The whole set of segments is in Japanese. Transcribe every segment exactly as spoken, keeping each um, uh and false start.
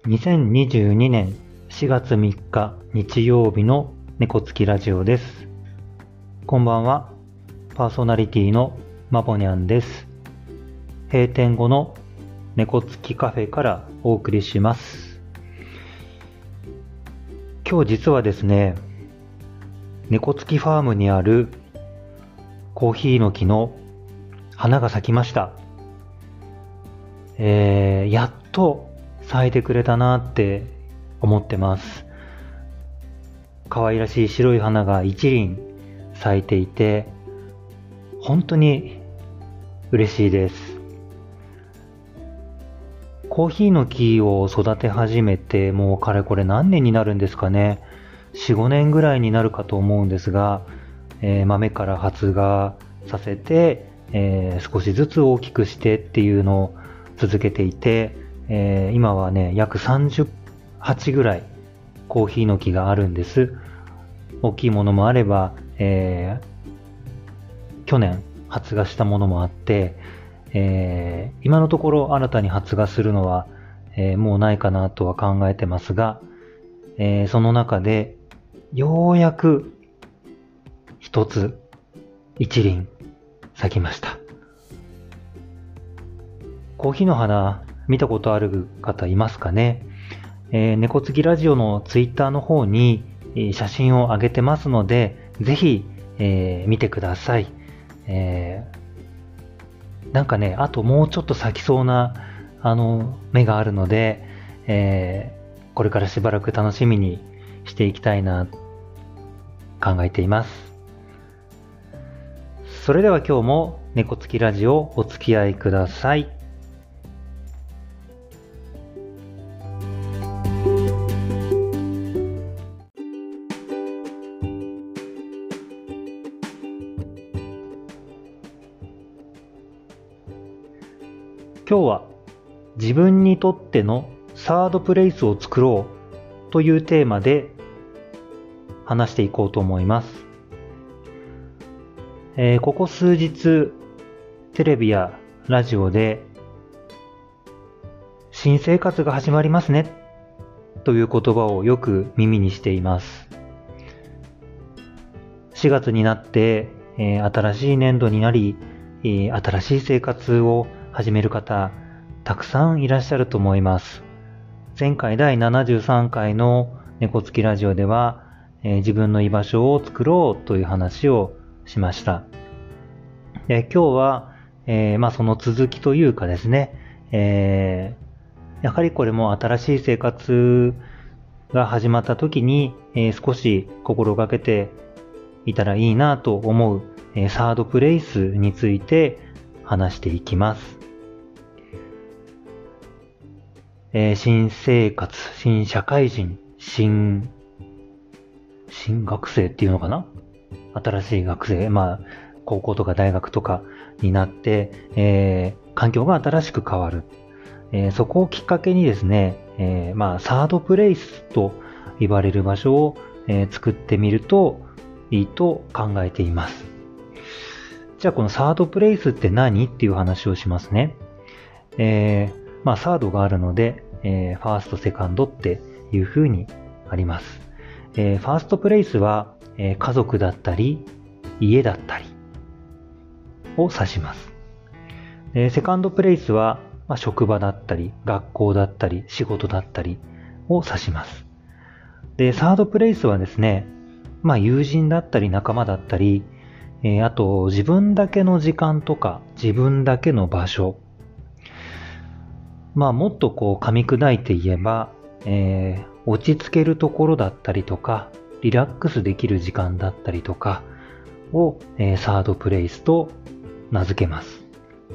にせんにじゅうにねんしがつみっか日曜日の猫つきラジオです。こんばんは。パーソナリティのまぼにゃんです。閉店後の猫つきカフェからお送りします。今日実はですね、猫つきファームにあるコーヒーの木の花が咲きました。えー、やっと咲いてくれたなって思ってます。可愛らしい白い花が一輪咲いていて、本当に嬉しいです。コーヒーの木を育て始めてもうかれこれ何年になるんですかね。よん、ごねんぐらいになるかと思うんですが、えー、豆から発芽させて、えー、少しずつ大きくしてっていうのを続けていて、えー、今はね約さんじゅうはちぐらいコーヒーの木があるんです。大きいものもあれば、えー、去年発芽したものもあって、えー、今のところ新たに発芽するのは、えー、もうないかなとは考えてますが、えー、その中でようやく一つ一輪咲きました。コーヒーの花見たことある方いますかね。えー、猫つきラジオのツイッターの方に、えー、写真を上げてますので、ぜひ、えー、見てください。えー、なんかね、あともうちょっと咲きそうなあの芽があるので、えー、これからしばらく楽しみにしていきたいな考えています。それでは今日も猫つきラジオお付き合いください。今日は自分にとってのサードプレイスを作ろうというテーマで話していこうと思います。えー、ここ数日テレビやラジオで新生活が始まりますねという言葉をよく耳にしています。しがつになって、えー、新しい年度になり、えー、新しい生活を始める方たくさんいらっしゃると思います。前回だいななじゅうさんかいの猫つきラジオでは、えー、自分の居場所を作ろうという話をしました。で今日は、えーまあ、その続きというかですね、えー、やはりこれも新しい生活が始まった時に、えー、少し心がけていたらいいなと思う、えー、サードプレイスについて話していきます。えー、新生活、新社会人、新、新学生っていうのかな？新しい学生、まあ、高校とか大学とかになって、えー、環境が新しく変わる。えー、そこをきっかけにですね、えー、まあ、サードプレイスと言われる場所を、えー、作ってみるといいと考えています。じゃあ、このサードプレイスって何っていう話をしますね。えーまあ、サードがあるので、えー、ファースト、セカンドっていう風にあります。えー、ファーストプレイスは、えー、家族だったり、家だったりを指します。えー、セカンドプレイスは、まあ、職場だったり、学校だったり、仕事だったりを指します。で、サードプレイスはですね、まあ、友人だったり、仲間だったり、えー、あと、自分だけの時間とか、自分だけの場所、まあもっとこう噛み砕いて言えば、えー、落ち着けるところだったりとか、リラックスできる時間だったりとかを、えー、サードプレイスと名付けます。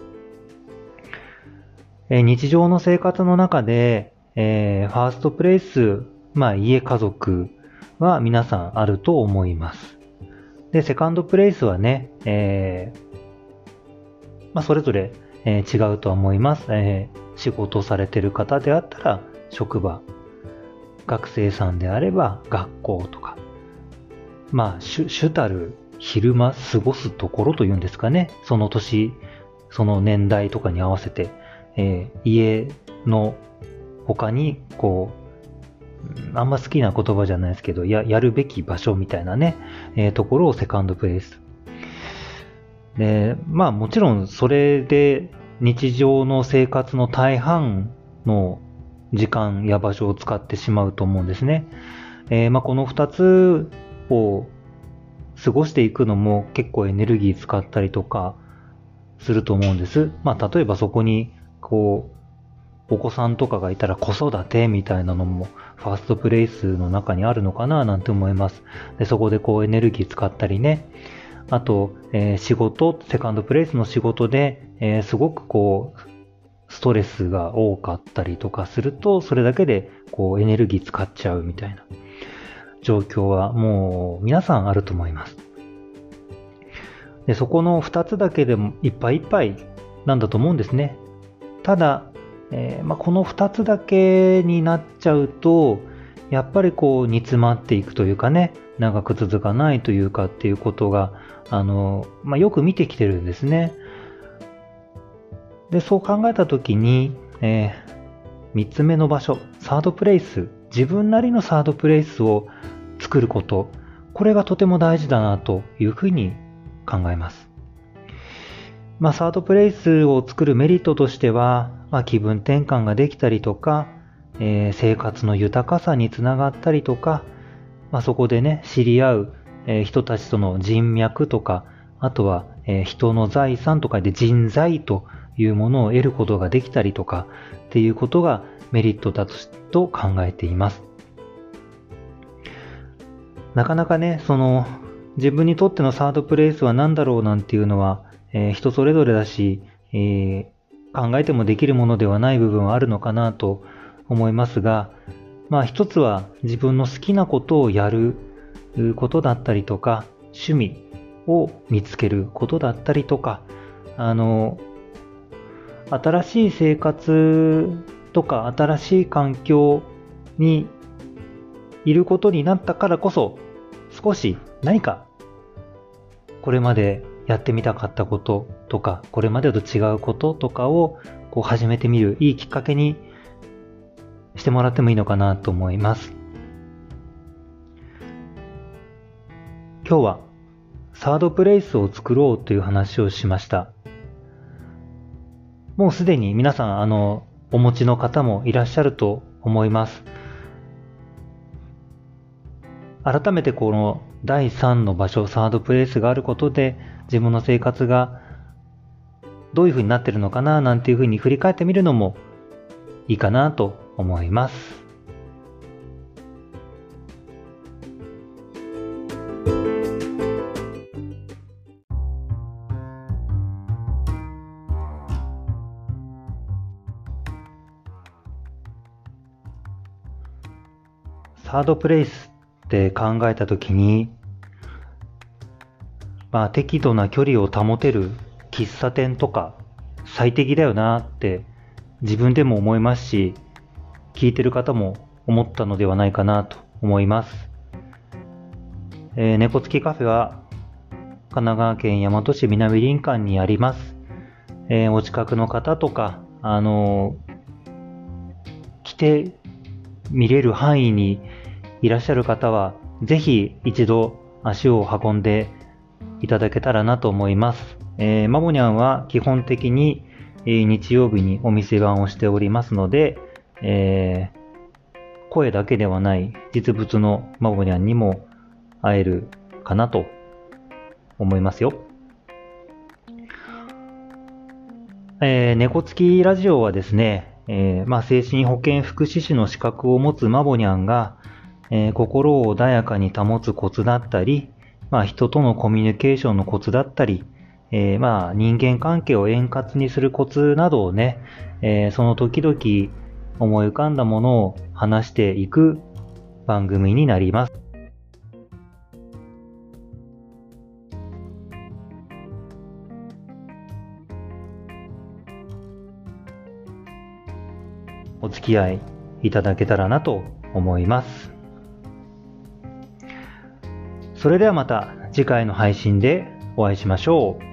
えー、日常の生活の中で、えー、ファーストプレイス、まあ家家族は皆さんあると思います。で、セカンドプレイスはね、えー、まあそれぞれ、えー、違うとは思います。えー仕事されてる方であったら職場、学生さんであれば学校とか、まあ主主たる昼間過ごすところというんですかね、その年その年代とかに合わせて、えー、家の他にこうあんま好きな言葉じゃないですけど、や、やるべき場所みたいなね、えー、ところをセカンドプレイス。で、まあもちろんそれで日常の生活の大半の時間や場所を使ってしまうと思うんですね。えー、まあこの二つを過ごしていくのも結構エネルギー使ったりとかすると思うんです。まあ例えばそこにこうお子さんとかがいたら子育てみたいなのもファーストプレイスの中にあるのかななんて思います。でそこでこうエネルギー使ったりね。あと、えー、仕事、セカンドプレイスの仕事で、えー、すごくこうストレスが多かったりとかすると、それだけでこうエネルギー使っちゃうみたいな状況はもう皆さんあると思います。でそこのふたつだけでもいっぱいいっぱいなんだと思うんですね。ただ、えーまあ、このふたつだけになっちゃうと、やっぱりこう煮詰まっていくというかね、長く続かないというかっていうことが、あの、まあ、よく見てきてるんですね。で、そう考えたときに、えー、みっつめの場所、サードプレイス、自分なりのサードプレイスを作ること、これがとても大事だなというふうに考えます。まあ、サードプレイスを作るメリットとしては、まあ、気分転換ができたりとか、えー、生活の豊かさにつながったりとか、まあ、そこでね、知り合う、えー、人たちとの人脈とか、あとは、えー、人の財産とかで人材というものを得ることができたりとかっていうことがメリットだと考えています。なかなかね、その自分にとってのサードプレイスは何だろうなんていうのは、えー、人それぞれだし、えー、考えてもできるものではない部分はあるのかなと思いますが、まあ一つは自分の好きなことをやることだったりとか、趣味を見つけることだったりとか、あの、新しい生活とか新しい環境にいることになったからこそ、少し何かこれまでやってみたかったこととか、これまでと違うこととかをこう始めてみるいいきっかけにしてもらってもいいのかなと思います。今日はサードプレイスを作ろうという話をしました。もうすでに皆さんあのお持ちの方もいらっしゃると思います。改めてこのだいさんの場所、サードプレイスがあることで自分の生活がどういう風になってるのかななんていう風に振り返ってみるのもいいかなと思います。サードプレイスって考えたときに、まあ適度な距離を保てる喫茶店とか最適だよなって自分でも思いますし、聞いてる方も思ったのではないかなと思います。えー、猫つきカフェは神奈川県大和市南林間にあります。えー、お近くの方とか、あのー、来て見れる範囲にいらっしゃる方は、ぜひ一度足を運んでいただけたらなと思います。えー、マボニャンは基本的に、えー、日曜日にお店番をしておりますので、えー、声だけではない実物のマボニャンにも会えるかなと思いますよ。えー、猫つきラジオはですね、えーまあ、精神保健福祉士の資格を持つマボニャンが、えー、心を穏やかに保つコツだったり、まあ、人とのコミュニケーションのコツだったり、えー、まあ人間関係を円滑にするコツなどをね、えー、その時々思い浮かんだものを話していく番組になります。お付き合いいただけたらなと思います。それではまた次回の配信でお会いしましょう。